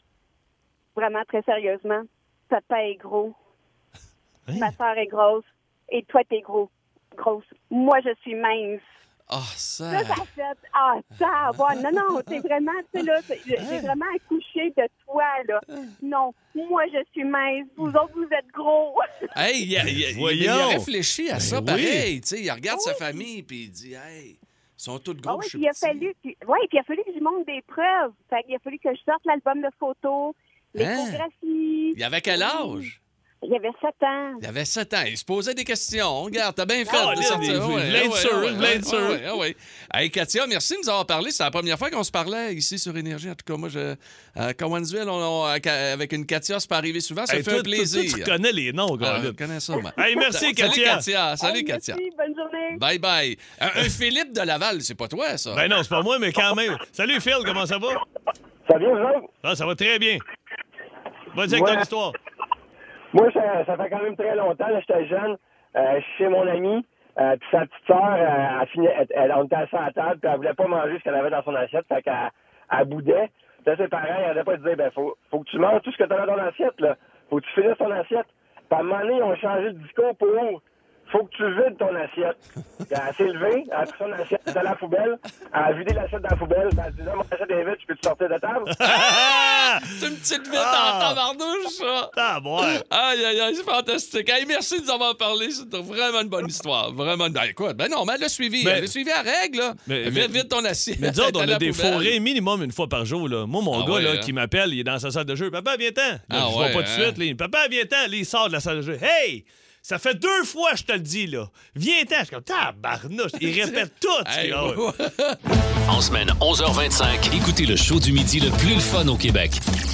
vraiment très sérieusement « Papa est gros, hein? Ma soeur est grosse, et toi, t'es gros, grosse. Moi, je suis mince. » Ah, oh, ça... Là, ça fait... Ah, ça, bon, non, non, c'est vraiment, tu sais, là, j'ai vraiment accouché de toi, là. Non, moi, je suis mince. Vous autres, vous êtes gros. Hey, il a, il a, il a réfléchi à ben ça, oui. Pareil. Tu sais, il regarde oui. sa famille, puis il dit, hey, ils sont tous gros, ah, oui, je suis puis il a fallu, puis, ouais, puis il a fallu que je montre des preuves. Fait qu'il a fallu que je sorte l'album de photos, l'échographie. Hein? Il avait quel âge? Il y avait sept ans. Il y avait sept ans. Il se posait des questions. Regarde, t'as bien fait oh, de sortir. Vous voulez être sûr, vous voulez être sûr. Oui, Hey, Katia, merci de nous avoir parlé. C'est la première fois qu'on se parlait ici sur Énergie. En tout cas, moi, je, à Cowansville, on, on, avec une Katia, c'est pas arrivé souvent. Ça hey, fait toi, un plaisir. Toi, tu connais les noms, gars. Ah, je connais ça, moi. Hey, merci, Katia. Salut, Katia. Salut, hey, Katia. Merci, bonne journée. Bye, bye. Un, un Philippe de Laval, c'est pas toi, ça? Ben non, c'est pas moi, mais quand même. Salut, Phil, comment ça va? Ça va bien, vous? Ah, ça va très bien. Vas-y avec ouais. ton histoire. Moi, ça, ça fait quand même très longtemps. Là, j'étais jeune. Euh, je suis chez mon ami. Euh, puis sa petite sœur, euh, elle, elle, elle, on était assis à la table, puis elle voulait pas manger ce qu'elle avait dans son assiette. Fait qu'elle elle boudait. Puis ses parents, ils n'arrêtaient pas de dire, ben, faut, faut que tu manges tout ce que tu as dans ton assiette, là. Faut que tu finisses ton assiette. Puis à un moment donné, ils ont changé de discours pour faut que tu vides ton assiette. Puis elle s'est levée, elle a pris son assiette dans la poubelle, elle a vidé l'assiette dans la poubelle, puis elle a dit, là, mon assiette est vide, je peux-tu sortir de table? C'est une petite vite ah. en tabardouche, ça! Ah, bon! Aïe, aïe, aïe, c'est fantastique. Hey, merci de nous avoir parlé, c'est vraiment une bonne histoire. Vraiment une... Ben, écoute, ben non, mais elle l'a suivi. Mais... Elle l'a suivi à règle, là. Mais, vide, mais... vide ton assiette. Mais disons, on a des forêts minimum une fois par jour, là. Moi, mon ah, gars, ouais, là, hein? qui m'appelle, il est dans sa salle de jeu. Papa, viens-t'en! Ah, je ouais, vois pas hein? tout de suite, là. Papa, viens-t'en! Là, il sort de la salle de jeu. Hey! Ça fait deux fois, je te le dis, là. Viens-t'en. Je suis comme, tabarnouche. Il répète tout. Hey, oh. En semaine, onze heures vingt-cinq, écoutez le show du midi le plus le fun au Québec.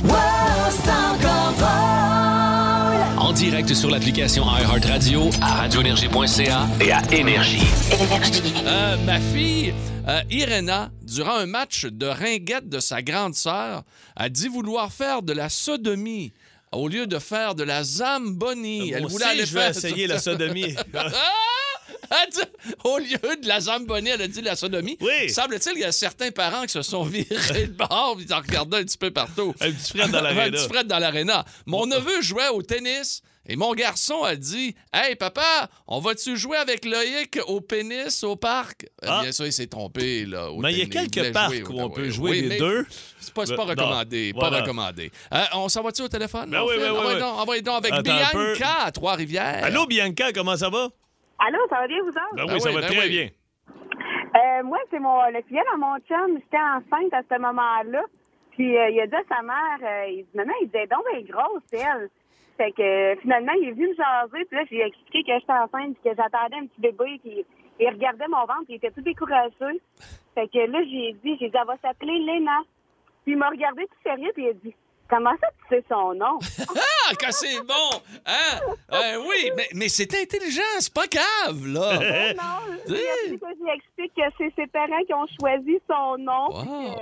En direct sur l'application iHeartRadio, à radio énergie point c a et à Énergie. Euh, ma fille, euh, Irena, durant un match de ringuette de sa grande sœur, a dit vouloir faire de la sodomie au lieu de faire de la zamboni. Euh, Elle voulait aussi, aller je vais essayer la sodomie. Au lieu de la zamboni, elle a dit la sodomie. Oui. Semble-t-il qu'il y a certains parents qui se sont virés de bord et en regardant un petit peu partout. Un petit Fred dans l'aréna. Un petit Fred dans l'aréna. Mon neveu jouait au tennis et mon garçon a dit « Hey, papa, on va-tu jouer avec Loïc au pénis au parc? Ah. » Bien sûr, il s'est trompé. Là, au mais il y a quelques parcs où on peut jouer oui, les deux. C'est pas, c'est pas recommandé. Non, pas voilà. recommandé. Euh, on s'en va-tu au téléphone? Ben oui, oui, oui, oui. Envoyez donc avec Attends Bianca à Trois-Rivières. Allô, Bianca, comment ça va? Allô, ça va bien, vous autres? Ben oui, ben ça oui, va ben très oui. bien. Euh, moi, c'est mon, le filleul à mon chum. J'étais enceinte à ce moment-là. Puis, euh, il a dit à sa mère, euh, il dit, maman, il disait, donc, elle est grosse, elle. Fait que, euh, finalement, il est venu me jaser. Puis là, j'ai expliqué que j'étais enceinte et que j'attendais un petit bébé. Puis, il regardait mon ventre. Il était tout découragé. Fait que là, j'ai dit, j'ai dit, elle va s'appeler Léna. Puis, il m'a regardé tout sérieux. Puis, il a dit, comment ça, tu sais son nom? Ah, que c'est bon! Hein? Euh, oui, mais, mais c'est intelligent, c'est pas cave, là! non, non. J'ai expliqué que c'est ses parents qui ont choisi son nom. Wow.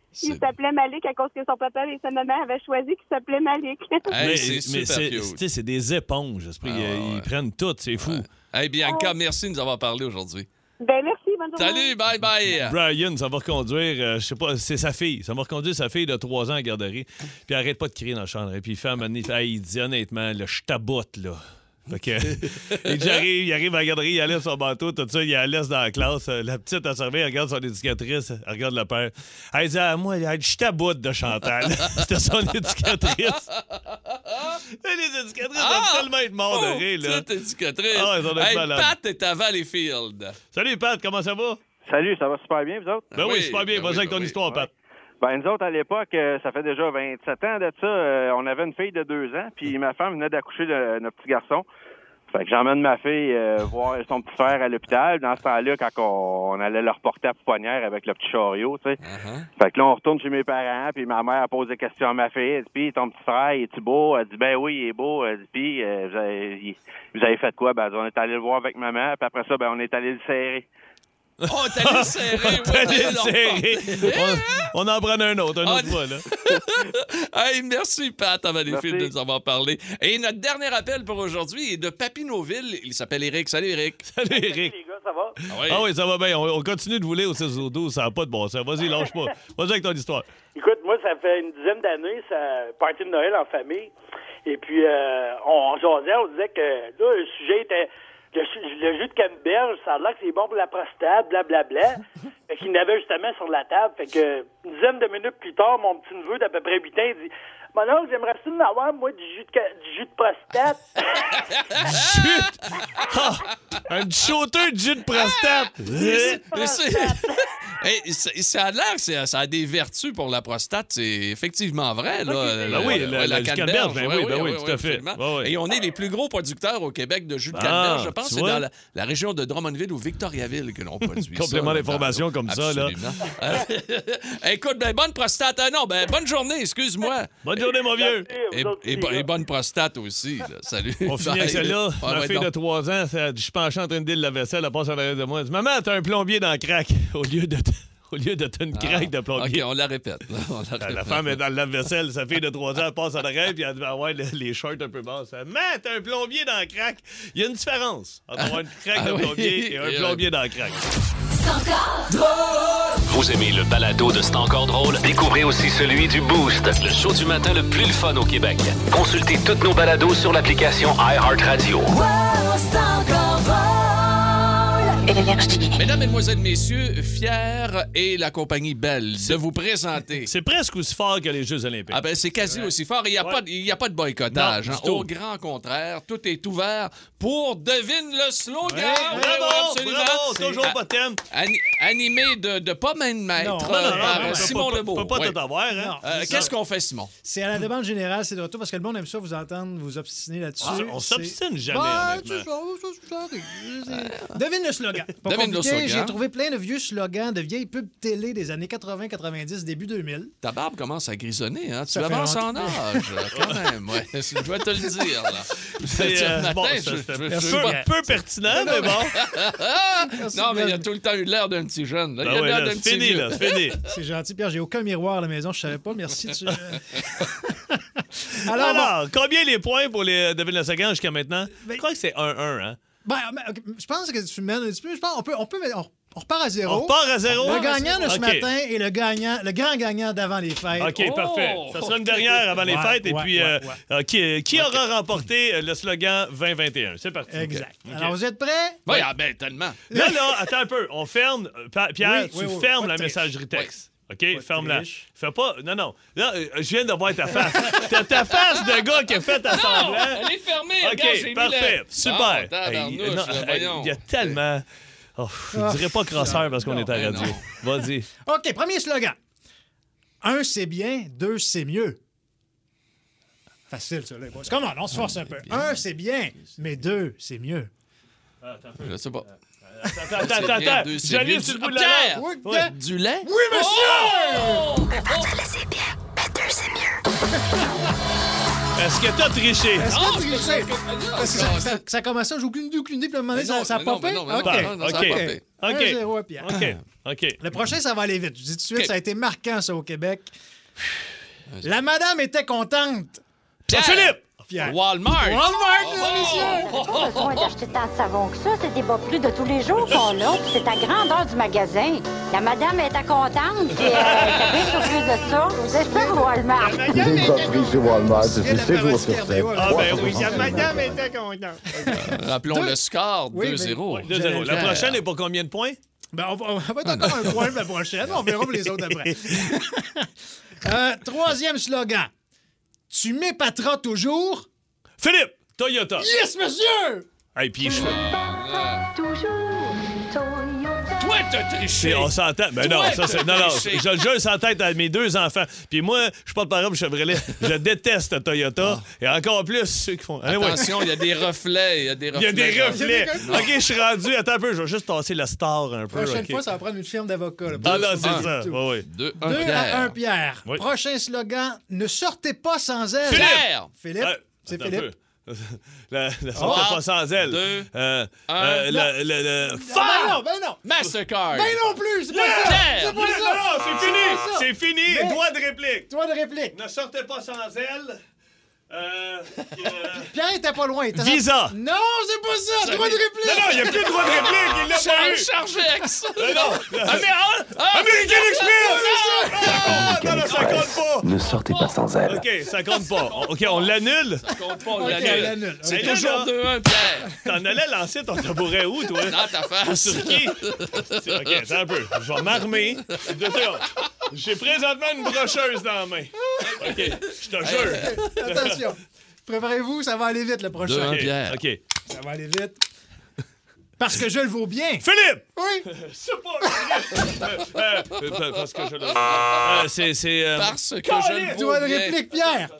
Il s'appelait Malik à cause que son papa et sa maman avaient choisi qu'il s'appelait Malik. Hey, mais c'est mais super c'est cute. tu sais, c'est des éponges. Esprit, Ah, ils, ouais. ils prennent tout, c'est fou. Ouais. Hey, Bianca, merci de nous avoir parlé aujourd'hui. Ben merci, bonne journée. Salut, bye bye. Brian, ça va reconduire, euh, je sais pas, c'est sa fille. Ça va reconduire sa fille de trois ans à la garderie. Puis il arrête pas de crier dans la chambre. Et puis il fait un moment donné, hey, il dit honnêtement, là, je taboute, là. Fait que, et j'arrive, il arrive à la garderie, il enlève son manteau, tout ça, il la laisse dans la classe. La petite à servir, elle regarde son éducatrice, elle regarde le père. Elle dit à moi, elle dit, je taboute de Chantal. C'était son éducatrice. Et les éducatrices Ah! doivent tellement être morts de rire, là. Petite éducatrice. Ah, ils ont hey, malade. Pat est à Valleyfield. Salut, Pat, comment ça va? Salut, ça va super bien, vous autres? Ben oui, oui, super bien. ben Vas-y oui, avec ben ton oui. histoire, Pat. Ben, nous autres, à l'époque, euh, ça fait déjà vingt-sept ans de ça, euh, on avait une fille de deux ans, puis ma femme venait d'accoucher de notre petit garçon. Fait que j'emmène ma fille euh, voir son petit frère à l'hôpital. Dans ce temps-là, quand on, on allait le reporter à Pouponnière avec le petit chariot, tu sais. Uh-huh. Fait que là, on retourne chez mes parents, puis ma mère pose des questions à ma fille. Elle dit, puis ton petit frère, est-tu beau? Elle dit, ben oui, il est beau. Elle dit, puis euh, vous, avez, vous avez fait quoi? Ben, elle dit, on est allé le voir avec maman, puis après ça, ben, on est allé le serrer. Oh, t'as allé serrer. T'as allé le serrer. On, on en prend un autre, un Ah, autre fois, là. Hey, merci, Pat, à Valleyfield, Merci. de nous avoir parlé. Et notre dernier appel pour aujourd'hui est de Papineauville. Il s'appelle Eric. Salut, Eric. Salut, Eric. Les gars, ça va? Ah oui. Ah oui, ça va bien. On, on continue de vous lire au six au douze. Ça n'a pas de bon sens. Vas-y, lâche pas. Vas-y avec ton histoire. Écoute, moi, ça fait une dizaine d'années, ça party de Noël en famille. Et puis, euh, on, on jasait, on disait que là, le sujet était le, le jus de canneberge, ça a l'air que c'est bon pour la prostate, blablabla. Fait qu'il y en avait justement sur la table. Fait que une dizaine de minutes plus tard, mon petit neveu d'à peu près huit ans, il dit « Mon oncle, j'aimerais ça en avoir, moi, du jus de, ca- du jus de prostate. » Chut! Ah, un shooter de jus de prostate. Mais c'est- Hey, ça, ça a l'air que c'est- ça a des vertus pour la prostate. C'est effectivement vrai. Là, Ben oui, le- ouais, le jus de canneberge, ben oui, ben oui, tout à fait. absolument. Ouais, ouais. Et on est les plus gros producteurs au Québec de jus de Ah, canneberge. Je pense tu que c'est vois? dans la, la région de Drummondville ou Victoriaville que l'on produit ça. Complément là, d'information dans- comme ça, là. Absolument. Euh, Écoute, ben, bonne prostate. Ah non, ben, bonne journée, excuse-moi. Bonne journée, mon vieux. Et, et bo- et bonne prostate aussi. Là. Salut. On finit avec celle-là. Ah, Ma ouais, fille donc. de trois ans, ça- je suis penché en train de dire la vaisselle, elle passe en arrière de moi. Elle dit, maman, t'as un plombier dans le crack au lieu de t- au lieu de t'as une Ah, craque de plombier. OK, on la répète. là, on la La, répète. la femme est dans le lave-vaisselle, sa fille de trois ans elle passe en arrière, puis elle dit, ah ouais, le- les shorts un peu basses. Elle dit, mais t'as un plombier dans le crack. Il y a une différence entre avoir une craque Ah de oui. plombier et un Et un- plombier dans le crack. Vous aimez le balado de C'est encore drôle? Découvrez aussi celui du Boost, le show du matin le plus le fun au Québec. Consultez toutes nos balados sur l'application iHeartRadio. Mesdames, Mesdemoiselles, Messieurs, fier et la compagnie Belle de vous présenter. C'est presque aussi fort que les Jeux olympiques. Ah ben c'est quasi aussi fort. Il n'y a, Ouais. pas de- il y a pas de boycottage. Non, hein. du tout. Au grand contraire, tout est ouvert pour devine le slogan. Ouais, Oui, bravo, oui, absolument. bravo, C'est toujours a- pas de thème. ani- animé de, de pas main de maître Non, euh, non, non, par non, euh, non, Simon peut pas- Lebeau. peut pas Ouais. tout avoir, hein? Non. Euh, C'est Qu'est-ce ça. qu'on fait, Simon? C'est à la demande générale, c'est de retour parce que le monde aime ça vous entendre, vous obstiner là-dessus. Ah, on C'est- s'obstine jamais, Ben, honnêtement. c'est ça, c'est ça, c'est- Devine le slogan. Pas Devine le compliqué, slogan. j'ai trouvé plein de vieux slogans, de vieilles pubs télé des années quatre-vingts quatre-vingt-dix, début deux mille. Ta barbe commence à grisonner, hein? Tu Ça fait avances en longtemps. âge, quand même. Ouais. Je dois te le dire, là. C'est, Ce euh, matin, bon, je- ça, c'était je- peu, je- peu pertinent, mais bon. Non, mais il a tout le temps eu l'air d'un petit jeune. là. Il Ben a ouais, l'air là, d'un c'est petit fini, vieux. là, c'est fini. C'est gentil, Pierre. J'ai aucun miroir à la maison, je savais pas. Merci. Tu... Alors, Alors, bon. combien les points pour les Devine le slogan jusqu'à maintenant? Ben- Je crois que c'est un un, hein? Ben, ben, ok, je pense que tu mènes un petit peu. Je pense on peut, on peut, on, on repart à zéro. On repart à zéro? Le gagnant de ce OK. matin est le gagnant, le grand gagnant d'avant les fêtes. OK, Oh! parfait. Ça sera une dernière avant les Ouais, fêtes. Et ouais, puis, ouais, euh, ouais. euh, qui, qui aura remporté euh, le slogan vingt vingt et un? C'est parti. Exact. OK. Alors, vous êtes prêts? Oui, ah ben, tellement. Là, là, attends un peu. On ferme. euh, Pa- Pierre, Oui, tu oui, oui, fermes pas de la triche. messagerie texte. OK? de Ferme-la. triche. Fais pas. Non, non. Là, euh, je viens de voir ta face. T'as ta face de gars qui a fait ta Non, semblant. elle est fermée. Regarde, j'ai OK, mis parfait. le- Super. Bon, tabarnouche, Hey, là, non, hey, voyons. il y a tellement. Oh, je Ah, dirais pas crosseur parce qu'on non, est à ben radio. non. Vas-y. OK, premier slogan. Un, c'est bien. Deux, c'est mieux. Facile, ça. Là. C'est comment? On se force un peu. Un, c'est bien. Mais deux, c'est mieux. Je sais pas. Attends, C'est attends, bien, attends. deux, c'est J'allume mieux. sur le Du- bout de la Pierre! langue. Oui, Ouais. Du lait? Oui, monsieur! Est-ce que t'as triché? Est-ce Oh, que tu le sais? Parce que ça, ça, ça commence ça, j'ai aucune idée, aucune idée, puis à un moment donné, Mais ça, non, ça a mais non, popé? mais non, mais non, OK. non, non, ça a OK. popé. Un OK. zéro à Pierre. OK. OK. Le prochain, ça va aller vite. Je dis tout de suite, OK. ça a été marquant, ça, au Québec. La madame était contente. Pierre! Philippe! Pierre. Walmart! Walmart, mesdames et messieurs! Pas besoin d'acheter tant de savon que ça. C'est des bas plus de tous les jours qu'on l'a. Puis c'est à grandeur du magasin. La madame était contente. Puis euh, t'as bien surprise de ça. C'est ça, Walmart. J'ai pas pris chez Walmart depuis la six jours sur parasite, sept. Ah, ben oui, La madame était contente. Rappelons Deux. le score, Oui, deux mais- zéro. deux zéro. La prochaine est pour combien de points? Ben, on va, on va être encore un point la prochaine. On verra pour les autres après. Euh, troisième slogan. Tu m'épateras toujours. Philippe! Toyota. Yes, monsieur! Hey, puis je Toujours. Toi, t'as triché! C'est- on s'entend. Ben non, Toi, ça c'est. t'as Non, non. triché. Je le jure sans tête à mes deux enfants. Puis moi, je suis pas de parole Chevrolet. Je déteste Toyota. Et encore plus ceux qui font. Anyway. Attention, il y a des reflets. Il y a des Il y reflets. a des reflets. Non. OK, je suis rendu. Attends un peu, je vais juste tasser la star un peu. Prochaine OK. fois, ça va prendre une firme d'avocats. là. Ah là, c'est Un. ça. Oui, oui. Deux, un, Deux Pierre. à un, Pierre. Oui. Prochain slogan. Ne sortez pas sans elle. Pierre! Philippe. Ah, C'est attends un Philippe. peu. La, la sorte Trois, pas sans elle. deux, euh, un. euh, le, le, le... Ah, ben non, ben non. Mastercard. Ben non plus. C'est pas Yeah! ça. Pierre! C'est pas Non, ça. non, c'est fini! pas ça. C'est fini! Mais- Droit de réplique! Toi de réplique. Ne sortez pas sans elle. Euh, euh, Pierre était pas loin. T'as- Visa. Non, c'est pas ça. Droit de réplique. Non, non, il n'y a plus de droit de réplique! Il l'a pas Charles eu! Chargex. Euh, non! Améral. American Express! Ah, non, non, ça compte pas! Ne sortez pas sans elle. OK, ça compte pas. OK, on l'annule? Ça compte pas, on Ok, l'annule. l'annule. C'est Ok. toujours deux un, Pierre. T'en allais lancer ton tabouret où, toi? Dans ta face. Sur qui? OK, attends un peu. Je vais m'armer. Deux secondes. J'ai présentement une brocheuse dans la main. OK, je te jure. Attention. Préparez-vous, ça va aller vite le Deux, prochain. un, OK, Pierre. OK. Ça va aller vite. Parce que je le vaux bien. Philippe! Oui. C'est pas... Euh, euh, parce que je le... Euh, c'est... c'est euh, Parce que je le vaux Droit de bien. réplique, Pierre.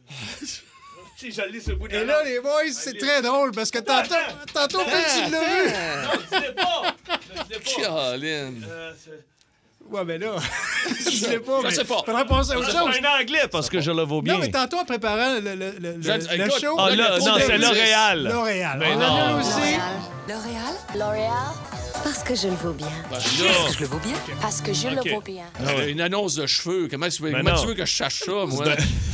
Si j'allais ce bout de la Et là, langue. les boys, c'est très drôle parce que tantôt, tantôt, tu l'as vu. Non, je l'ai pas! Je l'ai pas! Caroline. Euh, c'est- Ouais, mais là, je sais pas. Je mais sais pas. Faudrait penser à autre C'est chose. pas un anglais parce que je le vaux bien. Non, mais tantôt, en préparant le, le, le, le, Je- le écoute, show... Ah, là, Trop non, c'est d'indices. L'Oréal. L'Oréal. Ben On non. annule aussi. L'Oréal? L'Oréal? Parce que je le vaux bien. Ben, Parce là, que je le vaux bien? Parce que je Ok. le vaux bien. euh, une annonce de cheveux. Comment, tu veux, Ben comment non. tu veux que je cherche ça, moi?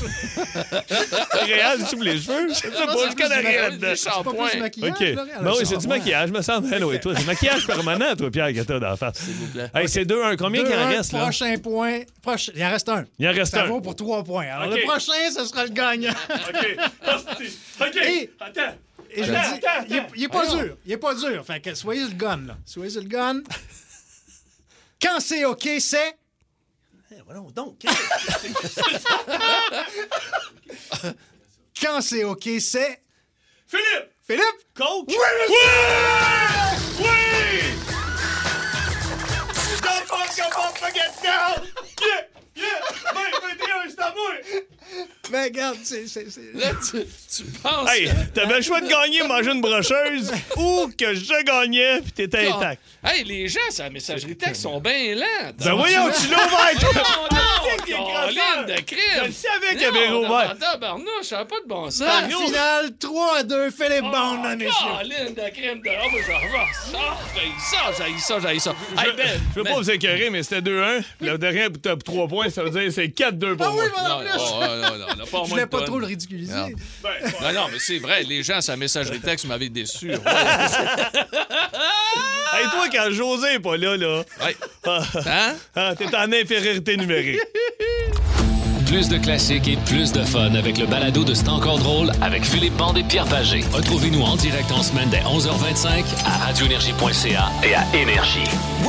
L'Oréal, tu me les cheveux? Je sais pas, je connais rien là-dedans. Des C'est pas plus shampoings. du maquillage, OK. L'Oréal, Ben oui, ça c'est va du voir. maquillage, me semble. Anyway, toi, c'est maquillage permanent, toi, Pierre, que t'as dans la face. S'il vous plaît. Hey, c'est deux un. Combien qu'il en Deux, un, reste, là? Prochain point. Proche... Il en reste un. Il en reste Ça un. vaut pour trois points. Alors, OK. le prochain, ce sera le gagnant. OK. Hostie. OK. Et- Attends. Et je Attends, dis, attends, il est, il est pas Voyons. dur. Il est pas dur. Fait que soyez le gun, là. Soyez le gun. Quand c'est OK, c'est... Voyons donc. Quand c'est OK, c'est... Philippe! Philippe? Coach? Oui, monsieur! Oui! Oui! Don't fuck up, don't forget down! Yeah! Yeah! vingt, vingt et un, c'est à moi! Ben, regarde, c'est... c'est, c'est... Là, tu, tu penses... Hey, t'avais le choix de gagner, manger une brocheuse, ou que je gagnais, pis t'étais Ah. intact. Hey, les gens sur la messagerie texte sont bien lents. Ben voyons, tu l'as ouvert, toi! Non, non, Qui est Caroline crosseur? de crime. Je le savais qu'il y avait Non, rouvert. non, tabarnouche, ça n'a pas de bon sens. Score final, trois à deux, Philippe Bond, mesdames et messieurs. Caroline de crime de... Oh, mais je revois ça. J'ai ça, j'ai ça, j'ai ça. Hey, ben, Je veux ben- pas vous écœurer, mais c'était deux un. Puis le dernier, t'as trois points, ça veut dire c'est quatre deux pour Ah moi. oui, madame Non, Luche. oh, oh, non, non, non, pas au Je moins voulais de pas tonnes. trop le ridiculiser. Non. Non, non, mais c'est vrai, les gens, sa messagerie texte m'avaient déçu. Ouais. Hey, toi, quand José est pas là, là. Ouais. ah, Hein? ah, t'es en infériorité numérique. Plus de classiques et plus de fun avec le balado de C'est encore drôle avec Philippe Bande et Pierre Pagé. Retrouvez-nous en direct en semaine dès onze heures vingt-cinq à radio énergie point c a et à Énergie.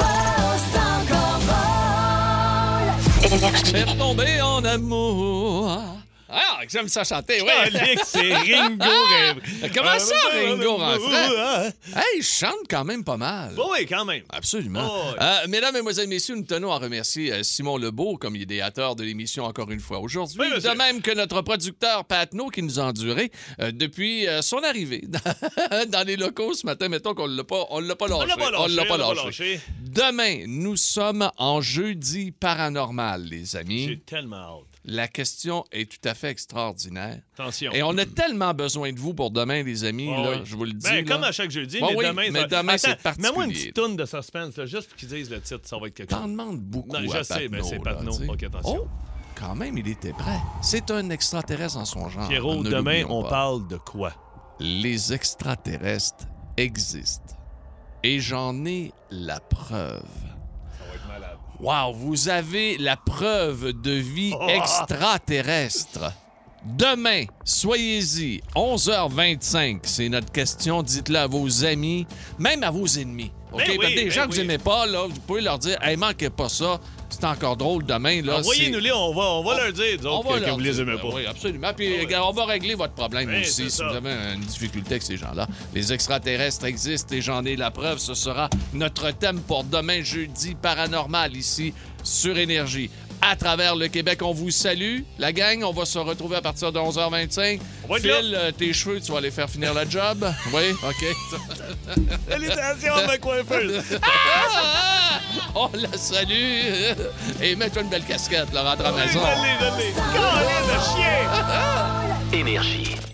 Faire tomber en amour. Ah, j'aime ça chanter, ouais. Calique, c'est Ringo Rêve. Comment ça, Ringo Renfrais? Hey, je chante quand même pas mal. Oui, quand même. Absolument. Oh, oui. Euh, mesdames, Mesdemoiselles, Messieurs, nous tenons à remercier euh, Simon Lebeau comme idéateur de l'émission encore une fois aujourd'hui. Oui, monsieur. de même que notre producteur Patnaud qui nous a endurés euh, depuis euh, son arrivée dans les locaux ce matin. Mettons qu'on l'a pas, on l'a pas lâché. On l'a pas lâché, On l'a pas on l'a pas lâché. lâché. Demain, nous sommes en jeudi paranormal, les amis. J'ai tellement hâte. La question est tout à fait effet extraordinaire. Attention. Et on a tellement besoin de vous pour demain, les amis. Oh, là, oui. je vous le dis. Ben, là. comme à chaque jeudi, Bon, mais oui, demain, mais ça... demain c'est Attends, particulier. mets-moi une petite toune de suspense, là, juste pour qu'ils disent le titre, ça va être quelque chose. T'en demandes beaucoup Non, à je sais, mais Patnaud, c'est là, Patnaud. tu sais. OK, attention. Oh, quand même, il était prêt. C'est un extraterrestre en son genre. Pierrot, Ne demain, l'oublions on pas. parle de quoi? Les extraterrestres existent. Et j'en ai la preuve. Ça va être malade. Wow, vous avez la preuve de vie Oh! extraterrestre. Demain, soyez-y, onze heures vingt-cinq, c'est notre question. Dites-le à vos amis, même à vos ennemis. OK? Ben oui, Parce que des ben gens que vous oui. n'aimez pas, là, vous pouvez leur dire, hey, manquez pas ça, c'est encore drôle demain. Là, Envoyez-nous-les, on va, on va leur dire, on d'autres, va que, que leur vous les dire, aimez ben pas. Oui, absolument. Puis, Ah oui. regarde, on va régler votre problème Oui, aussi c'est si ça. vous avez une difficulté avec ces gens-là. Les extraterrestres existent et j'en ai la preuve. Ce sera notre thème pour demain, jeudi, paranormal, ici, sur Énergie. À travers le Québec, on vous salue. La gang, on va se retrouver à partir de onze heures vingt-cinq. va être Phil, euh, tes cheveux, tu vas aller faire finir la job. Oui, OK. Salutations, ma coiffeuse. Ah! On la salue. Et mets-toi une belle casquette, là, rentre à la maison. Allez, allez, allez. Calais de chien. Énergie.